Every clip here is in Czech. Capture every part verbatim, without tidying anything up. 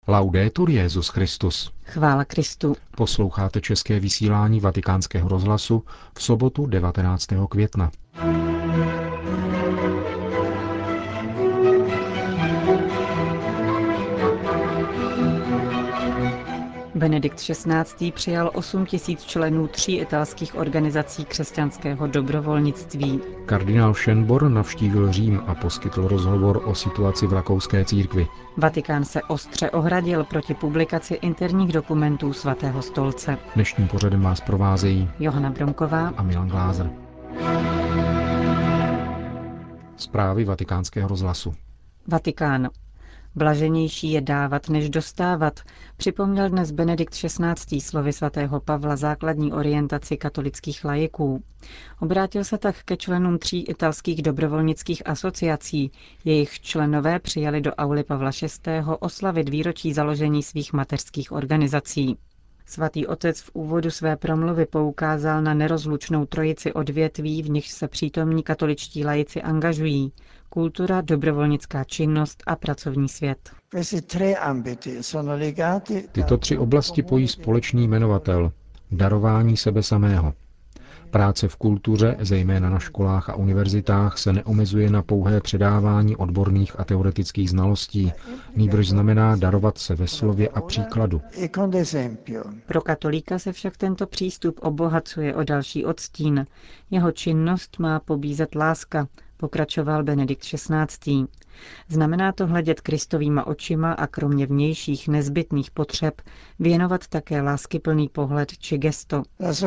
Laudetur Jesus Christus. Chvála Kristu. Posloucháte české vysílání Vatikánského rozhlasu v sobotu devatenáctého května. Benedikt šestnáctý. Přijal osm tisíc členů tří italských organizací křesťanského dobrovolnictví. Kardinál Schönborn navštívil Řím a poskytl rozhovor o situaci v rakouské církvi. Vatikán se ostře ohradil proti publikaci interních dokumentů Svatého stolce. Dnešním pořadem vás provázejí Johana Bromková a Milan Glázer. Zprávy Vatikánského rozhlasu. Vatikán. Blaženější je dávat, než dostávat, připomněl dnes Benedikt šestnáctý. slovy svatého Pavla základní orientaci katolických laiků. Obrátil se tak ke členům tří italských dobrovolnických asociací, jejich členové přijali do auly Pavla šestého. oslavit výročí založení svých mateřských organizací. Svatý otec v úvodu své promluvy poukázal na nerozlučnou trojici odvětví, v nichž se přítomní katoličtí laici angažují: kultura, dobrovolnická činnost a pracovní svět. Tyto tři oblasti pojí společný jmenovatel – darování sebe samého. Práce v kultuře, zejména na školách a univerzitách, se neomezuje na pouhé předávání odborných a teoretických znalostí, nýbrž znamená darovat se ve slově a příkladu. Pro katolíka se však tento přístup obohacuje o další odstín. Jeho činnost má pobízet láska, pokračoval Benedikt šestnáctý. Znamená to hledět Kristovýma očima a kromě vnějších nezbytných potřeb věnovat také láskyplný pohled či gesto.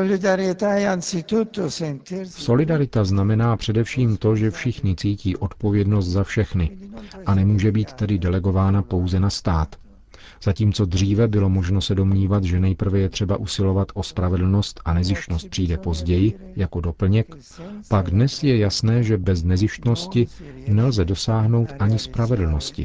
Solidarita znamená především to, že všichni cítí odpovědnost za všechny a nemůže být tedy delegována pouze na stát. Zatímco dříve bylo možno se domnívat, že nejprve je třeba usilovat o spravedlnost a nezištnost přijde později, jako doplněk, pak dnes je jasné, že bez nezištnosti nelze dosáhnout ani spravedlnosti.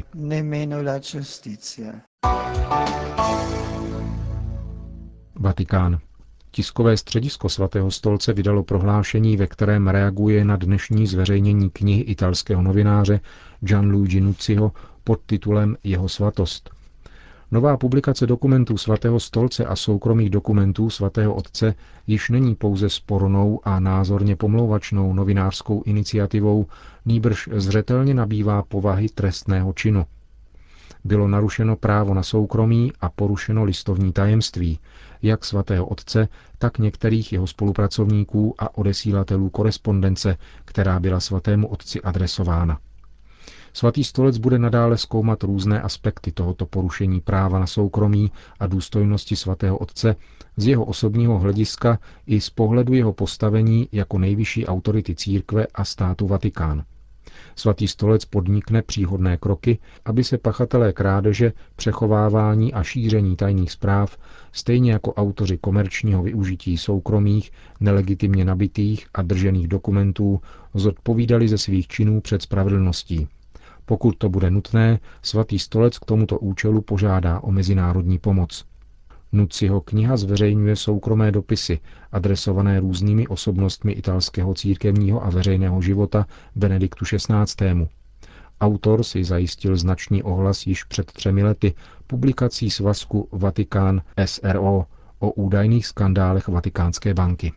Vatikán. Tiskové středisko Svatého stolce vydalo prohlášení, ve kterém reaguje na dnešní zveřejnění knihy italského novináře Gianluigi Nucciho pod titulem Jeho svatost. Nová publikace dokumentů Svatého stolce a soukromých dokumentů Svatého otce již není pouze spornou a názorně pomlouvačnou novinářskou iniciativou, nýbrž zřetelně nabývá povahy trestného činu. Bylo narušeno právo na soukromí a porušeno listovní tajemství, jak Svatého otce, tak některých jeho spolupracovníků a odesílatelů korespondence, která byla Svatému otci adresována. Svatý stolec bude nadále zkoumat různé aspekty tohoto porušení práva na soukromí a důstojnosti Svatého otce z jeho osobního hlediska i z pohledu jeho postavení jako nejvyšší autority církve a státu Vatikán. Svatý stolec podnikne příhodné kroky, aby se pachatelé krádeže, přechovávání a šíření tajných zpráv, stejně jako autoři komerčního využití soukromých, nelegitimně nabitých a držených dokumentů, zodpovídali ze svých činů před spravedlností. Pokud to bude nutné, Svatý stolec k tomuto účelu požádá o mezinárodní pomoc. Nucciho kniha zveřejňuje soukromé dopisy, adresované různými osobnostmi italského církevního a veřejného života Benediktu šestnáctému. Autor si zajistil značný ohlas již před třemi lety publikací svazku Vatikán S R O o údajných skandálech Vatikánské banky.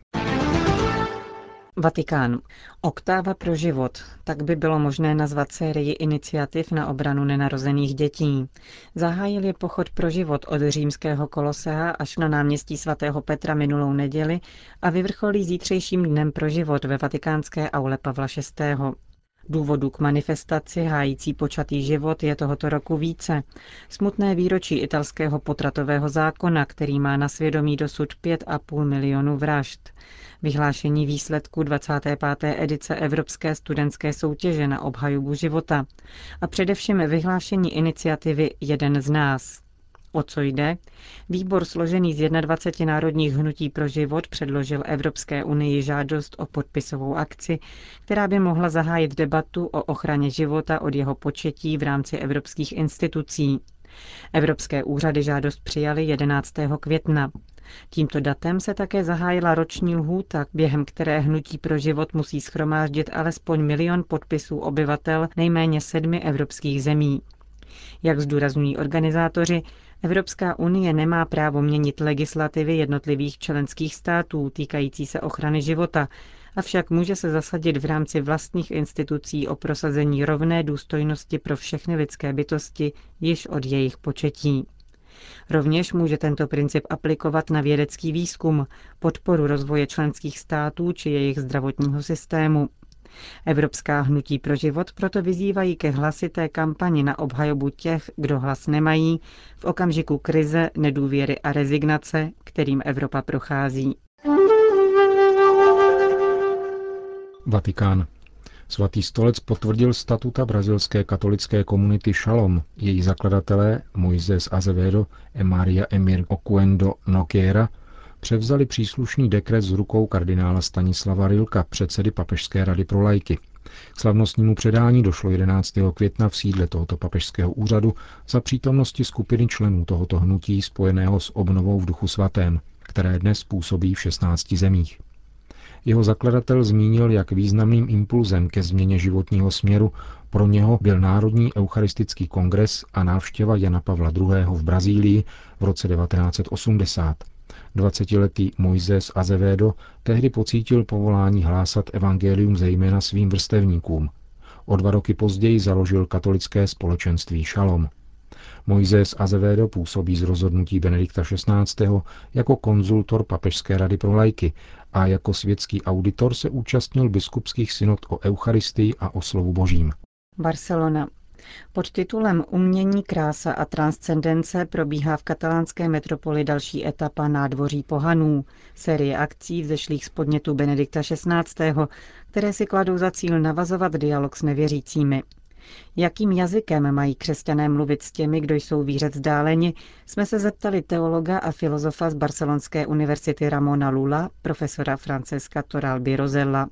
Vatikán. Oktáva pro život, tak by bylo možné nazvat sérii iniciativ na obranu nenarozených dětí. Zahájil je pochod pro život od římského Kolosea až na náměstí svatého Petra minulou neděli a vyvrcholí zítřejším dnem pro život ve vatikánské aule Pavla šestého. Důvodů k manifestaci hájící počatý život je tohoto roku více. Smutné výročí italského potratového zákona, který má na svědomí dosud pět a půl milionu vražd. Vyhlášení výsledků dvacáté páté edice Evropské studentské soutěže na obhajobu života. A především vyhlášení iniciativy Jeden z nás. O co jde? Výbor složený z dvaceti jedna národních hnutí pro život předložil Evropské unii žádost o podpisovou akci, která by mohla zahájit debatu o ochraně života od jeho početí v rámci evropských institucí. Evropské úřady žádost přijaly jedenáctého května. Tímto datem se také zahájila roční lhůta, během které hnutí pro život musí shromáždit alespoň milion podpisů obyvatel nejméně sedmi evropských zemí. Jak zdůrazňují organizátoři, Evropská unie nemá právo měnit legislativy jednotlivých členských států týkající se ochrany života, avšak může se zasadit v rámci vlastních institucí o prosazení rovné důstojnosti pro všechny lidské bytosti již od jejich početí. Rovněž může tento princip aplikovat na vědecký výzkum, podporu rozvoje členských států či jejich zdravotního systému. Evropská hnutí pro život proto vyzývají ke hlasité kampani na obhajobu těch, kdo hlas nemají, v okamžiku krize, nedůvěry a rezignace, kterým Evropa prochází. Vatikán. Svatý stolec potvrdil statuta brazilské katolické komunity Shalom. Její zakladatelé Moisés Azevedo a Maria Emir Oquendo Nogueira převzali příslušný dekret z rukou kardinála Stanislava Rilka, předsedy Papežské rady pro laiky. K slavnostnímu předání došlo jedenáctého května v sídle tohoto papežského úřadu za přítomnosti skupiny členů tohoto hnutí spojeného s obnovou v Duchu svatém, které dnes působí v šestnácti zemích. Jeho zakladatel zmínil, jak významným impulzem ke změně životního směru pro něho byl Národní eucharistický kongres a návštěva Jana Pavla druhého. v Brazílii v roce devatenáct set osmdesát. Dvacetiletý Moisés Azevedo tehdy pocítil povolání hlásat evangelium zejména svým vrstevníkům. O dva roky později založil katolické společenství Shalom. Moisés Azevedo působí z rozhodnutí Benedikta šestnáctého. jako konzultor Papežské rady pro laiky a jako světský auditor se účastnil biskupských synod o eucharistii a o slovu božím. Barcelona. Pod titulem Umění, krása a transcendence probíhá v katalánské metropoli další etapa Nádvoří pohanů, série akcí vzešlých z podnětu Benedikta šestnáctého., které si kladou za cíl navazovat dialog s nevěřícími. Jakým jazykem mají křesťané mluvit s těmi, kdo jsou víře vzdáleni, jsme se zeptali teologa a filozofa z Barcelonské univerzity Ramona Lula, profesora Francesca Toralby Rosella.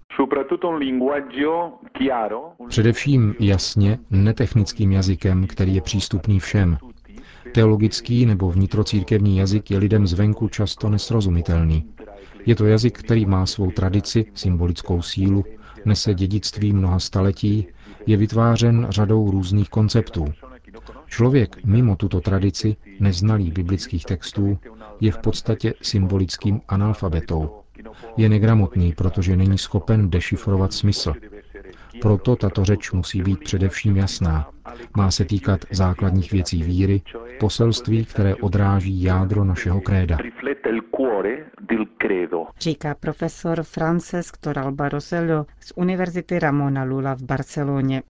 Především jasně netechnickým jazykem, který je přístupný všem. Teologický nebo vnitrocírkevní jazyk je lidem zvenku často nesrozumitelný. Je to jazyk, který má svou tradici, symbolickou sílu, nese dědictví mnoha staletí, je vytvářen řadou různých konceptů. Člověk mimo tuto tradici, neznalý biblických textů, je v podstatě symbolickým analfabetou. Je negramotný, protože není schopen dešifrovat smysl. Proto tato řeč musí být především jasná. Má se týkat základních věcí víry, poselství, které odráží jádro našeho kréda. Říká profesor Francesc Toralba Rossello z Univerzity Ramona Lula v Barceloně.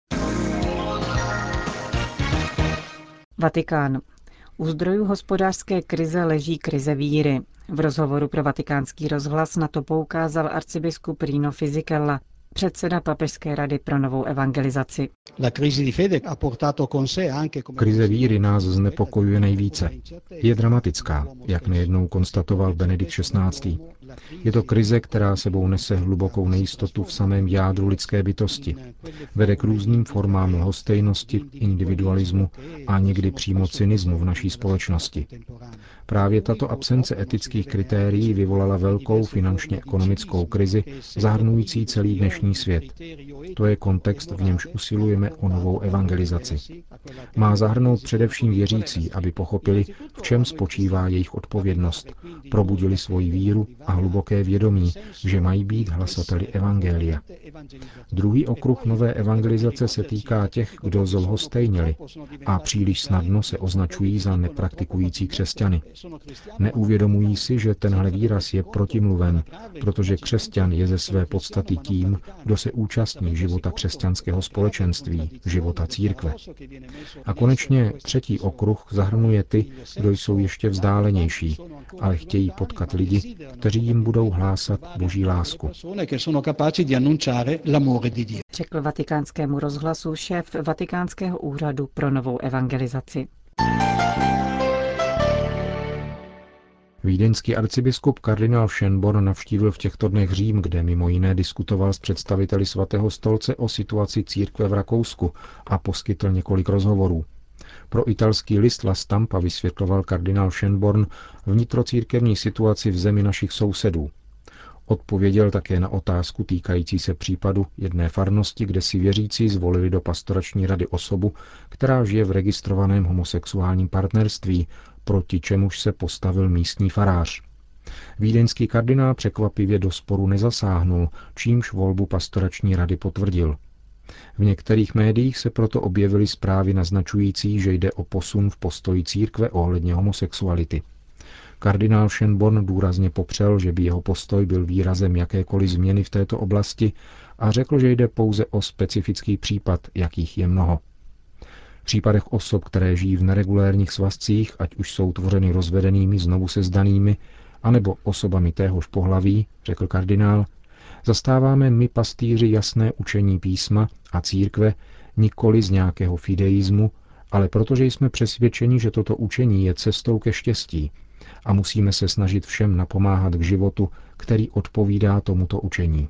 Vatikán. U zdrojů hospodářské krize leží krize víry. V rozhovoru pro Vatikánský rozhlas na to poukázal arcibiskup Rino Fisichella, předseda Papežské rady pro novou evangelizaci. Krize víry nás znepokojuje nejvíce. Je dramatická, jak nejednou konstatoval Benedikt šestnáctý. Je to krize, která sebou nese hlubokou nejistotu v samém jádru lidské bytosti. Vede k různým formám lhostejnosti, individualismu a někdy přímo cynismu v naší společnosti. Právě tato absence etických kritérií vyvolala velkou finančně-ekonomickou krizi, zahrnující celý dnešní svět. To je kontext, v němž usilujeme o novou evangelizaci. Má zahrnout především věřící, aby pochopili, v čem spočívá jejich odpovědnost, probudili svoji víru a hluboké vědomí, že mají být hlasateli evangelia. Druhý okruh nové evangelizace se týká těch, kdo zlhostejněli a příliš snadno se označují za nepraktikující křesťany. Neuvědomují si, že tenhle výraz je protimluvem, protože křesťan je ze své podstaty tím, kdo se účastní života křesťanského společenství, života církve. A konečně třetí okruh zahrnuje ty, kdo jsou ještě vzdálenější, ale chtějí potkat lidi, kteří jim budou hlásat Boží lásku. Řekl Vatikánskému rozhlasu šéf Vatikánského úřadu pro novou evangelizaci. Vídeňský arcibiskup kardinál Schönborn navštívil v těchto dnech Řím, kde mimo jiné diskutoval s představiteli Svatého stolce o situaci církve v Rakousku a poskytl několik rozhovorů. Pro italský list La Stampa vysvětloval kardinál Schönborn vnitrocírkevní situaci v zemi našich sousedů. Odpověděl také na otázku týkající se případu jedné farnosti, kde si věřící zvolili do pastorační rady osobu, která žije v registrovaném homosexuálním partnerství, proti čemuž se postavil místní farář. Vídeňský kardinál překvapivě do sporu nezasáhnul, čímž volbu pastorační rady potvrdil. V některých médiích se proto objevily zprávy naznačující, že jde o posun v postoji církve ohledně homosexuality. Kardinál Schönborn důrazně popřel, že by jeho postoj byl výrazem jakékoliv změny v této oblasti a řekl, že jde pouze o specifický případ, jakých je mnoho. V případech osob, které žijí v neregulérních svazcích, ať už jsou tvořeny rozvedenými, znovu sezdanými, anebo osobami téhož pohlaví, řekl kardinál, zastáváme my pastýři jasné učení písma a církve nikoli z nějakého fideismu, ale protože jsme přesvědčeni, že toto učení je cestou ke štěstí a musíme se snažit všem napomáhat k životu, který odpovídá tomuto učení.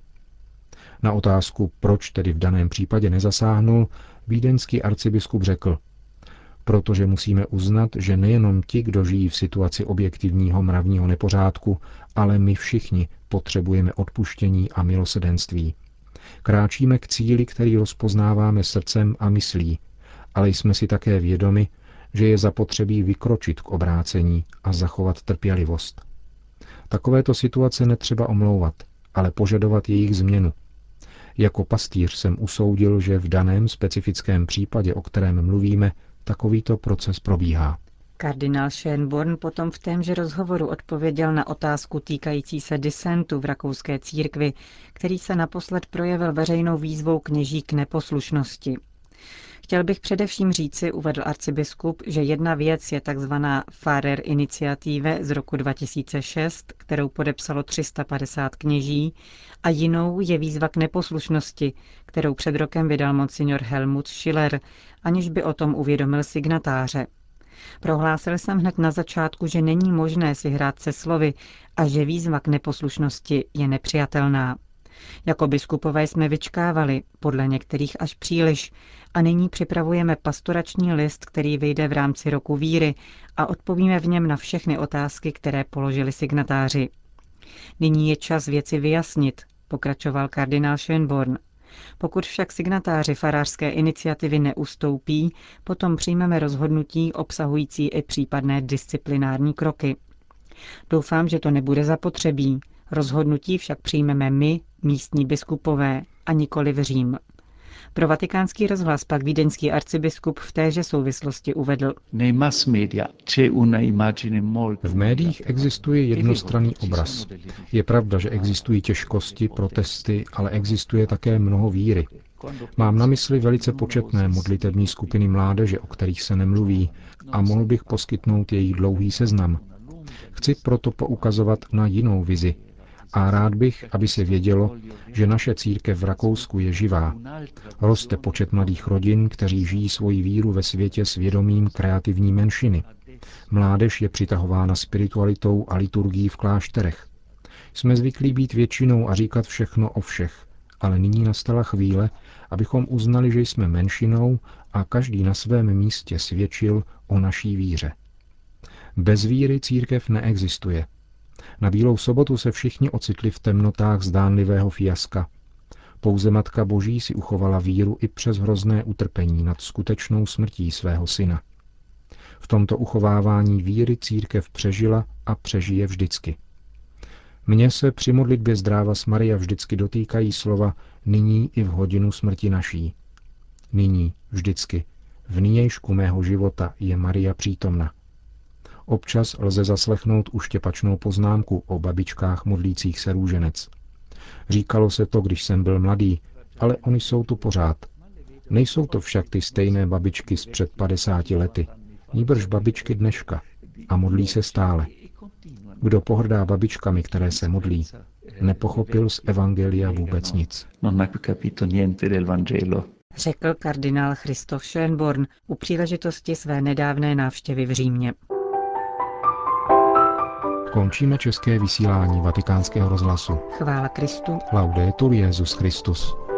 Na otázku, proč tedy v daném případě nezasáhnul, vídeňský arcibiskup řekl: protože musíme uznat, že nejenom ti, kdo žijí v situaci objektivního mravního nepořádku, ale my všichni potřebujeme odpuštění a milosedenství. Kráčíme k cíli, který rozpoznáváme srdcem a myslí, ale jsme si také vědomi, že je zapotřebí vykročit k obrácení a zachovat trpělivost. Takovéto situace netřeba omlouvat, ale požadovat jejich změnu. Jako pastýř jsem usoudil, že v daném specifickém případě, o kterém mluvíme, takovýto proces probíhá. Kardinál Schönborn potom v témže rozhovoru odpověděl na otázku týkající se disentu v rakouské církvi, který se naposled projevil veřejnou výzvou kněží k neposlušnosti. Chtěl bych především říci, uvedl arcibiskup, že jedna věc je takzvaná Pfarrer-Initiative z roku dva tisíce šest, kterou podepsalo tři sta padesát kněží, a jinou je výzva k neposlušnosti, kterou před rokem vydal monsignor Helmut Schiller, aniž by o tom uvědomil signatáře. Prohlásil jsem hned na začátku, že není možné si hrát se slovy a že výzva k neposlušnosti je nepřijatelná. Jako biskupové jsme vyčkávali, podle některých až příliš, a nyní připravujeme pastorační list, který vyjde v rámci roku víry a odpovíme v něm na všechny otázky, které položili signatáři. Nyní je čas věci vyjasnit, pokračoval kardinál Schönborn. Pokud však signatáři farářské iniciativy neustoupí, potom přijmeme rozhodnutí obsahující i případné disciplinární kroky. Doufám, že to nebude zapotřebí. Rozhodnutí však přijmeme my, místní biskupové, a nikoli v Řím. Pro Vatikánský rozhlas pak vídeňský arcibiskup v téže souvislosti uvedl: v médiích existuje jednostranný obraz. Je pravda, že existují těžkosti, protesty, ale existuje také mnoho víry. Mám na mysli velice početné modlitební skupiny mládeže, o kterých se nemluví, a mohl bych poskytnout jejich dlouhý seznam. Chci proto poukazovat na jinou vizi. A rád bych, aby se vědělo, že naše církev v Rakousku je živá. Roste počet mladých rodin, kteří žijí svoji víru ve světě s vědomím kreativní menšiny. Mládež je přitahována spiritualitou a liturgií v klášterech. Jsme zvyklí být většinou a říkat všechno o všech, ale nyní nastala chvíle, abychom uznali, že jsme menšinou a každý na svém místě svědčil o naší víře. Bez víry církev neexistuje. Na Bílou sobotu se všichni ocitli v temnotách zdánlivého fiaska. Pouze Matka Boží si uchovala víru i přes hrozné utrpení nad skutečnou smrtí svého syna. V tomto uchovávání víry církev přežila a přežije vždycky. Mně se při modlitbě Zdravas Maria vždycky dotýkají slova nyní i v hodinu smrti naší. Nyní, vždycky, v nynějšku mého života je Maria přítomna. Občas lze zaslechnout uštěpačnou poznámku o babičkách modlících se růženec. Říkalo se to, když jsem byl mladý, ale oni jsou tu pořád. Nejsou to však ty stejné babičky z před padesáti lety, nýbrž babičky dneška a modlí se stále. Kdo pohrdá babičkami, které se modlí, nepochopil z evangelia vůbec nic. Řekl kardinál Christoph Schönborn u příležitosti své nedávné návštěvy v Římě. Končíme české vysílání Vatikánského rozhlasu. Chvála Kristu. Laudetur Jesus Christus.